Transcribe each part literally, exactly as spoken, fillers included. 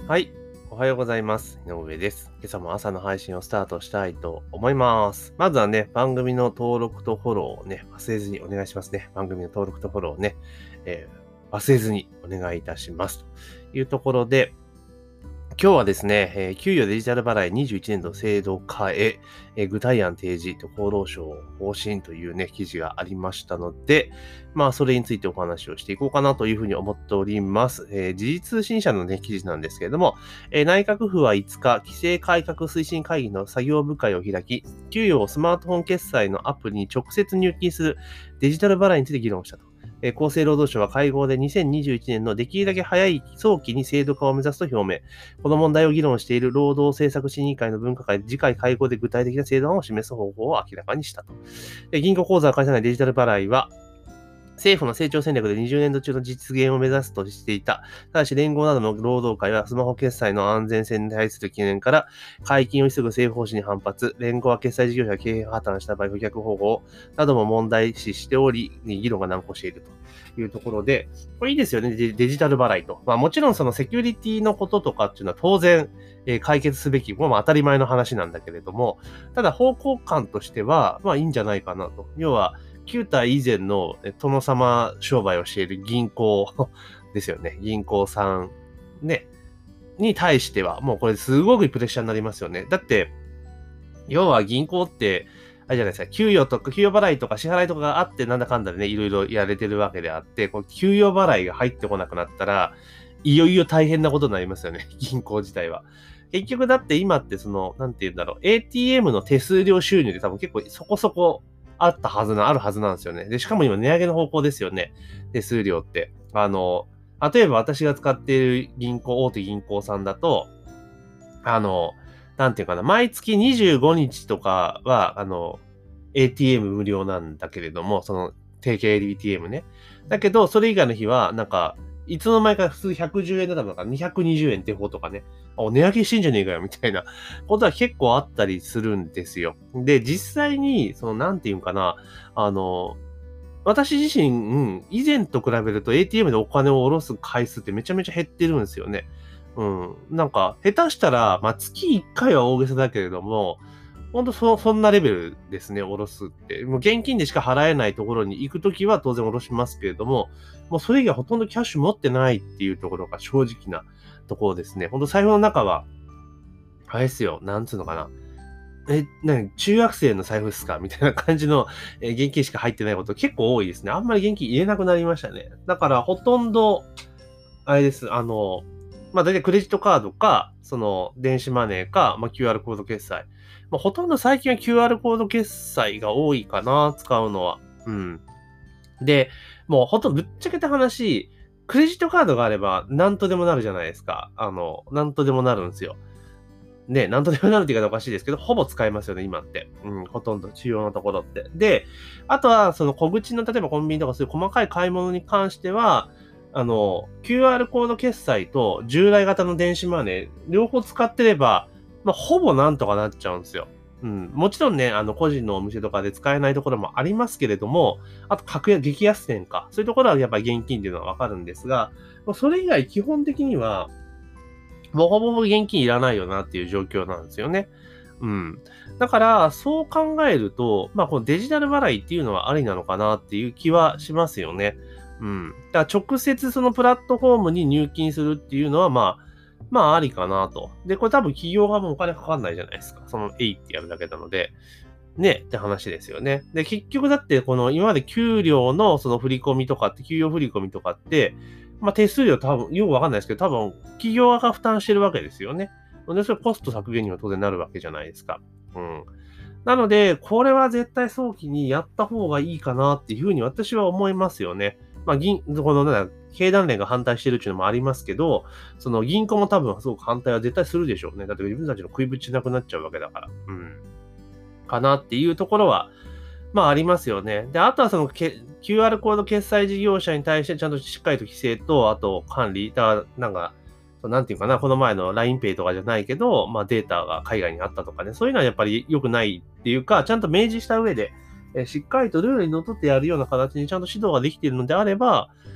はい。おはようございます。井上です。今朝も朝の配信をスタートしたいと思います。まずはね、番組の登録とフォローをね、忘れずにお願いしますね。番組の登録とフォローをね、えー忘れずにお願いいたします。というところで、今日はですね、えー給与デジタル払いにじゅういちねん度制度化へ、えー具体案提示と厚労省方針というね、記事がありましたので、まあ、それについてお話をしていこうかなというふうに思っております。えー時事通信社のね、記事なんですけれども、えー内閣府はいつか、規制改革推進会議の作業部会を開き、給与をスマートフォン決済のアプリに直接入金するデジタル払いについて議論したと。えー厚生労働省は会合でにせんにじゅういちねんのできるだけ早い早期に制度化を目指すと表明。この問題を議論している労働政策審議会の分科会で次回会合で具体的な制度案を示す方法を明らかにしたと。で銀行口座を介さないデジタル払いは、政府の成長戦略でにじゅうねん度中の実現を目指すとしていた。ただし、連合などの労働会はスマホ決済の安全性に対する懸念から、解禁を急ぐ政府方針に反発。連合は決済事業者が経営破綻した場合、顧客方法なども問題視しており、議論が難航しているというところで、これいいですよね、デジタル払いと。まあもちろんそのセキュリティのこととかっていうのは当然、えー解決すべき、もう当たり前の話なんだけれども、ただ方向感としては、まあいいんじゃないかなと。要は、旧体以前の殿様商売をしている銀行ですよね。銀行さんね、に対しては、もうこれすごくプレッシャーになりますよね。だって、要は銀行って、あれじゃないですか、給与とか、給与払いとか支払いとかがあって、なんだかんだでね、いろいろやれてるわけであって、こう給与払いが入ってこなくなったら、いよいよ大変なことになりますよね、銀行自体は。結局だって今ってその、なんて言うんだろう、エーティーエム の手数料収入で多分結構そこそこあったはずな、あるはずなんですよね。で、しかも今値上げの方向ですよね、手数料って。あの、例えば私が使っている銀行、大手銀行さんだと、あの、なんていうかな、毎月にじゅうごにちとかは、あの、エーティーエム 無料なんだけれども、その定型 エーティーエム ね。だけど、それ以外の日は、なんか、いつの間にか普通ひゃくじゅうえんだったのがにひゃくにじゅうえんって方とかね、あ、値上げしてんじゃねえかよ、みたいなことは結構あったりするんですよ。で、実際に、その、なんていうんかな、あの、私自身、うん、以前と比べると エーティーエム でお金を下ろす回数ってめちゃめちゃ減ってるんですよね。うん。なんか、下手したら、まあ、月いっかいは大げさだけれども、ほんとそ、そんなレベルですね、下ろすって。もう現金でしか払えないところに行くときは当然下ろしますけれども、もうそれ以外ほとんどキャッシュ持ってないっていうところが正直なところですね。ほんと財布の中は、あれですよ、なんつうのかな。え、なに、中学生の財布っすかみたいな感じの、えー現金しか入ってないこと結構多いですね。あんまり現金入れなくなりましたね。だからほとんど、あれです。あの、まあ、大体クレジットカードか、その、電子マネーか、まあ、キューアール コード決済。まあ、ほとんど最近は キューアール コード決済が多いかな、使うのは。うん。で、もうほとんどぶっちゃけた話、クレジットカードがあれば何とでもなるじゃないですか。あの、何とでもなるんですよ。ね、なんとでもなるって言い方おかしいですけど、ほぼ使えますよね、今って。うん、ほとんど主要なところって。で、あとは、その小口の、例えばコンビニとかそういう細かい買い物に関しては、あの、キューアール コード決済と従来型の電子マネー、両方使ってれば、まあ、ほぼなんとかなっちゃうんですよ。うん。もちろんね、あの、個人のお店とかで使えないところもありますけれども、あと、格安、激安店か。そういうところはやっぱり現金っていうのはわかるんですが、それ以外基本的には、もうほぼほぼ現金いらないよなっていう状況なんですよね。うん。だから、そう考えると、まあ、このデジタル払いっていうのはありなのかなっていう気はしますよね。うん。だから直接そのプラットフォームに入金するっていうのは、まあ、まあ、ありかなと。で、これ多分企業側もお金かかんないじゃないですか。その、えいってやるだけなので。ね、って話ですよね。で、結局だって、この今まで給料のその振り込みとかって、給与振り込みとかって、まあ手数料多分、よくわかんないですけど、多分、企業側が負担してるわけですよね。で、それコスト削減には当然なるわけじゃないですか。うん。なので、これは絶対早期にやった方がいいかなっていうふうに私は思いますよね。まあ、銀、この、なんだ、経団連が反対してるっていうのもありますけど、その銀行も多分すごく反対は絶対するでしょうね。だって自分たちの食いぶちなくなっちゃうわけだから。うん。かなっていうところは、まあありますよね。で、あとはそのけ キューアール コード決済事業者に対してちゃんとしっかりと規制と、あと管理、だからなんか、なんていうかな、この前の ラインペイ とかじゃないけど、まあデータが海外にあったとかね、そういうのはやっぱり良くないっていうか、ちゃんと明示した上で、えしっかりとルールにのっとってやるような形にちゃんと指導ができているのであれば、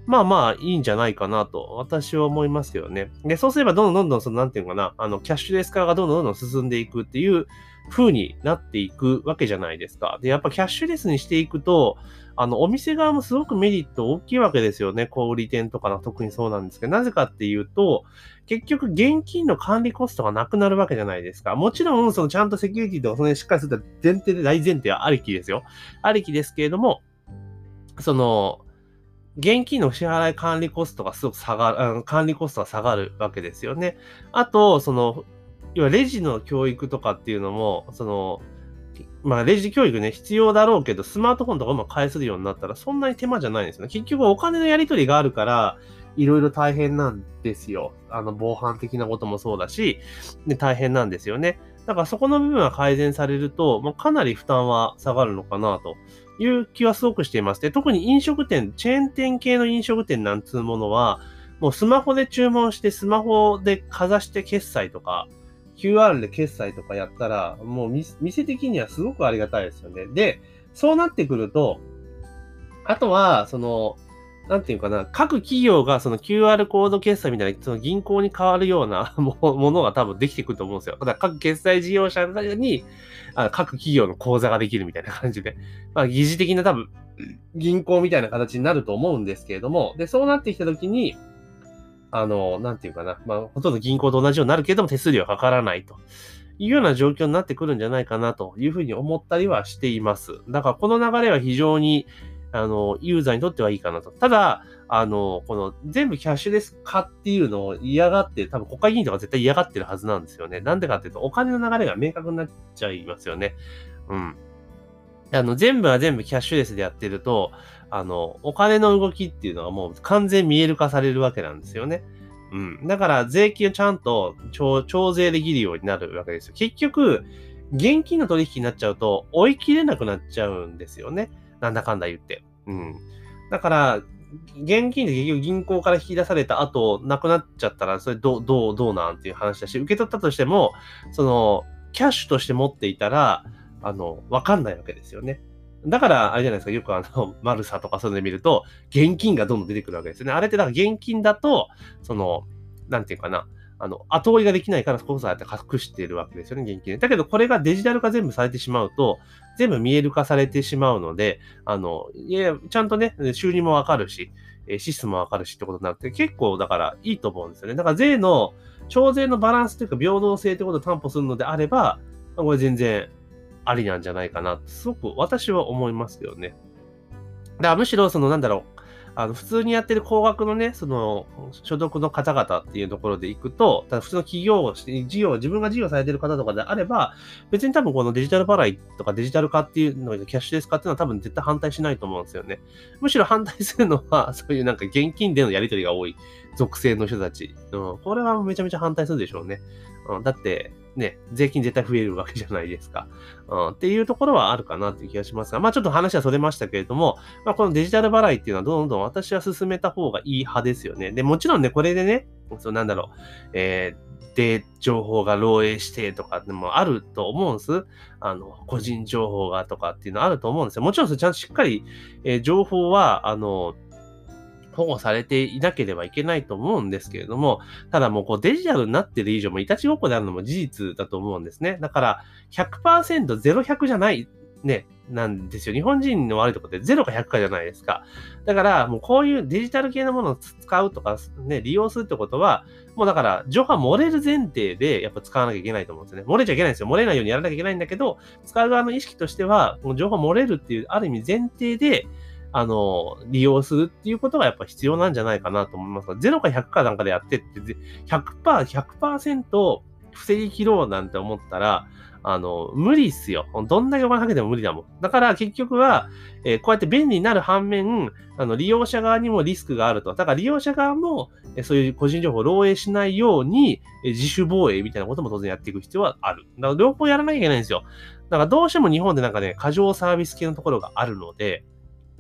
まあまあいいんじゃないかなと私は思いますけどね。で、そうすればどんどんどんどんそのなんていうのかな、あのキャッシュレス化がどんどんどんどん進んでいくっていう風になっていくわけじゃないですか。で、やっぱキャッシュレスにしていくと、あのお店側もすごくメリット大きいわけですよね。小売店とかの特にそうなんですけど、なぜかっていうと、結局現金の管理コストがなくなるわけじゃないですか。もちろん、そのちゃんとセキュリティとかその辺しっかりする前提で大前提はありきですよ。ありきですけれども、その、現金の支払い管理コストがすごく下がる、あの管理コストが下がるわけですよね。あと、その、要はレジの教育とかっていうのも、その、まあ、レジ教育ね、必要だろうけど、スマートフォンとかうまく返せるようになったら、そんなに手間じゃないんですよね。結局お金のやり取りがあるから、いろいろ大変なんですよ。あの、防犯的なこともそうだし、で、大変なんですよね。だからそこの部分が改善されると、まあ、かなり負担は下がるのかなという気はすごくしています。で、特に飲食店、チェーン店系の飲食店なんつうものは、もうスマホで注文して、スマホでかざして決済とか、キューアール で決済とかやったら、もう店的にはすごくありがたいですよね。で、そうなってくると、あとは、その、なんていうかな、各企業がその キューアール コード決済みたいな、その銀行に変わるようなものが多分できてくると思うんですよ。だから各決済事業者に、あ各企業の口座ができるみたいな感じで、まあ、疑似的な多分、銀行みたいな形になると思うんですけれども、で、そうなってきたときに、あの、なんていうかな、まあ、ほとんど銀行と同じようになるけども手数料はかからないというような状況になってくるんじゃないかなというふうに思ったりはしています。だからこの流れは非常に、あの、ユーザーにとってはいいかなと。ただ、あの、この全部キャッシュレス化っていうのを嫌がって、多分国会議員とか絶対嫌がってるはずなんですよね。なんでかっていうと、お金の流れが明確になっちゃいますよね。うん。あの、全部が全部キャッシュレスでやってると、あの、お金の動きっていうのがもう完全見える化されるわけなんですよね。うん。だから税金をちゃんと徴徴税できるようになるわけですよ。結局、現金の取引になっちゃうと追い切れなくなっちゃうんですよね。なんだかんだ言って。うん。だから、現金で結局銀行から引き出された後、なくなっちゃったら、それどう、どう、どうなんっていう話だし、受け取ったとしても、その、キャッシュとして持っていたら、あの、わかんないわけですよね。だから、あれじゃないですか、よくあの、マルサとかそういうので見ると、現金がどんどん出てくるわけですよね。あれってだから現金だと、その、なんていうかな、あの、後追いができないから、こそああやって隠しているわけですよね、現金で。だけど、これがデジタル化全部されてしまうと、全部見える化されてしまうので、あの、いや、ちゃんとね、収入もわかるし、支出もわかるしってことになって、結構だからいいと思うんですよね。だから税の、徴税のバランスというか平等性ということを担保するのであれば、これ全然ありなんじゃないかな、すごく私は思いますけどね。だからむしろ、そのなんだろう、あの、普通にやってる高額のね、その、所得の方々っていうところで行くと、ただ普通の企業をして、事業、自分が事業されてる方とかであれば、別に多分このデジタル払いとかデジタル化っていうのが、キャッシュレス化っていうのは多分絶対反対しないと思うんですよね。むしろ反対するのは、そういうなんか現金でのやり取りが多い属性の人たち。うん、これはめちゃめちゃ反対するでしょうね。うん、だって、ね、税金絶対増えるわけじゃないですか。うん、っていうところはあるかなっていう気がしますが、まあちょっと話はそれましたけれども、まあこのデジタル払いっていうのはどんどん私は進めた方がいい派ですよね。で、もちろんね、これでね、そうなんだろう、えー、で、情報が漏洩してとかでもあると思うんです。あの、個人情報がとかっていうのあると思うんですよ。もちろんそれちゃんとしっかり、えー、情報は、あの、保護されていなければいけないと思うんですけれども、ただもうこうデジタルになってる以上もいたちごっこであるのも事実だと思うんですね。だから ひゃくパーセント、ゼロ、ひゃくじゃないね、なんですよ。日本人の悪いところってゼロかひゃくかじゃないですか。だからもうこういうデジタル系のものを使うとかね、利用するってことは、もうだから情報は漏れる前提でやっぱ使わなきゃいけないと思うんですよね。漏れちゃいけないんですよ。漏れないようにやらなきゃいけないんだけど、使う側の意識としては、もう情報漏れるっていうある意味前提で、あの、利用するっていうことがやっぱ必要なんじゃないかなと思いますが、ゼロかひゃくかなんかでやってって、ひゃくパーセント、ひゃくパーセント防ぎ切ろうなんて思ったら、あの、無理っすよ。どんだけお金かけても無理だもん。だから結局は、えーこうやって便利になる反面、あの、利用者側にもリスクがあると。だから利用者側も、えーそういう個人情報を漏洩しないように、えー自主防衛みたいなことも当然やっていく必要はある。だから両方やらなきゃいけないんですよ。だからどうしても日本でなんかね、過剰サービス系のところがあるので、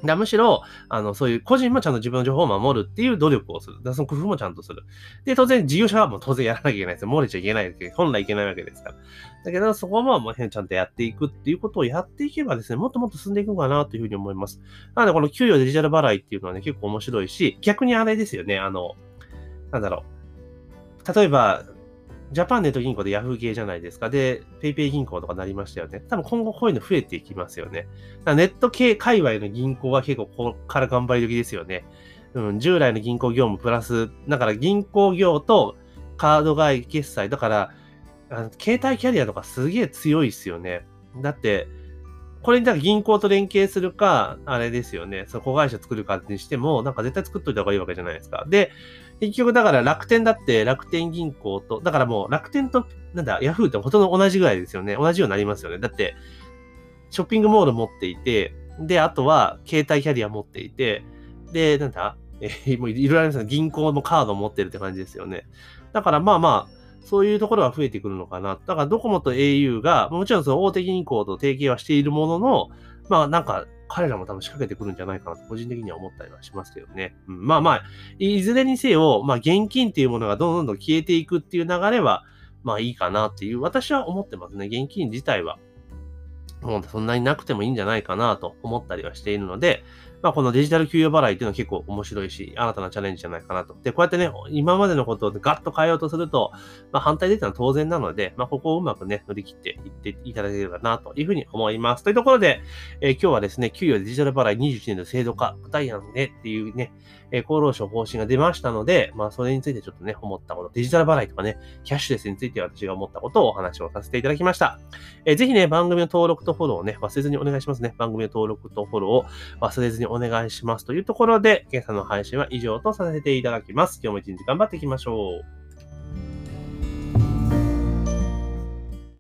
だむしろ、あの、そういう個人もちゃんと自分の情報を守るっていう努力をする。だその工夫もちゃんとする。で、当然事業者はもう当然やらなきゃいけないですよ。漏れちゃいけないわけで、本来いけないわけですから。だけど、そこももうちゃんとやっていくっていうことをやっていけばですね、もっともっと進んでいくのかなというふうに思います。なので、この給与デジタル払いっていうのはね、結構面白いし、逆にあれですよね、あの、なんだろう。例えば、ジャパンネット銀行でヤフー系じゃないですか。で、ペイペイ銀行とかなりましたよね。多分今後こういうの増えていきますよね。だからネット系界隈の銀行は結構ここから頑張り時ですよね。うん、従来の銀行業務プラス、だから銀行業とカード外決済、だから、あの携帯キャリアとかすげえ強いですよね。だって、これにだから銀行と連携するか、あれですよね。その子会社作るかにしても、なんか絶対作っといた方がいいわけじゃないですか。で、結局だから楽天だって楽天銀行と、だからもう楽天と、なんだ、ヤフーってほとんど同じぐらいですよね。同じようになりますよね。だって、ショッピングモール持っていて、で、あとは携帯キャリア持っていて、で、なんだ、えーもういろいろありますよ。銀行のカード持ってるって感じですよね。だからまあまあ、そういうところは増えてくるのかな。だからドコモと au が、もちろんその大手銀行と提携はしているものの、まあなんか、彼らも多分仕掛けてくるんじゃないかなと、個人的には思ったりはしますけどね。うん、まあまあ、いずれにせよ、まあ現金っていうものがどんどんどん消えていくっていう流れは、まあいいかなっていう、私は思ってますね。現金自体は。もうそんなになくてもいいんじゃないかなと思ったりはしているので、まあこのデジタル給与払いっていうのは結構面白いし、新たなチャレンジじゃないかなと。で、こうやってね、今までのことをガッと変えようとすると、まあ反対出たのは当然なので、まあここをうまくね、乗り切っていっていただければなというふうに思います。というところで、えー今日はですね、給与デジタル払いにじゅういちねんの制度化、具体案でっていうね、えー厚労省方針が出ましたので、まあそれについてちょっとね、思ったこと、デジタル払いとかね、キャッシュレスについて私が思ったことをお話をさせていただきました。えーぜひね、番組の登録とフォローをね、忘れずにお願いしますね。番組の登録とフォローを忘れずにお願いします。というところで、今朝の配信は以上とさせていただきます。今日も一日頑張っていきましょう。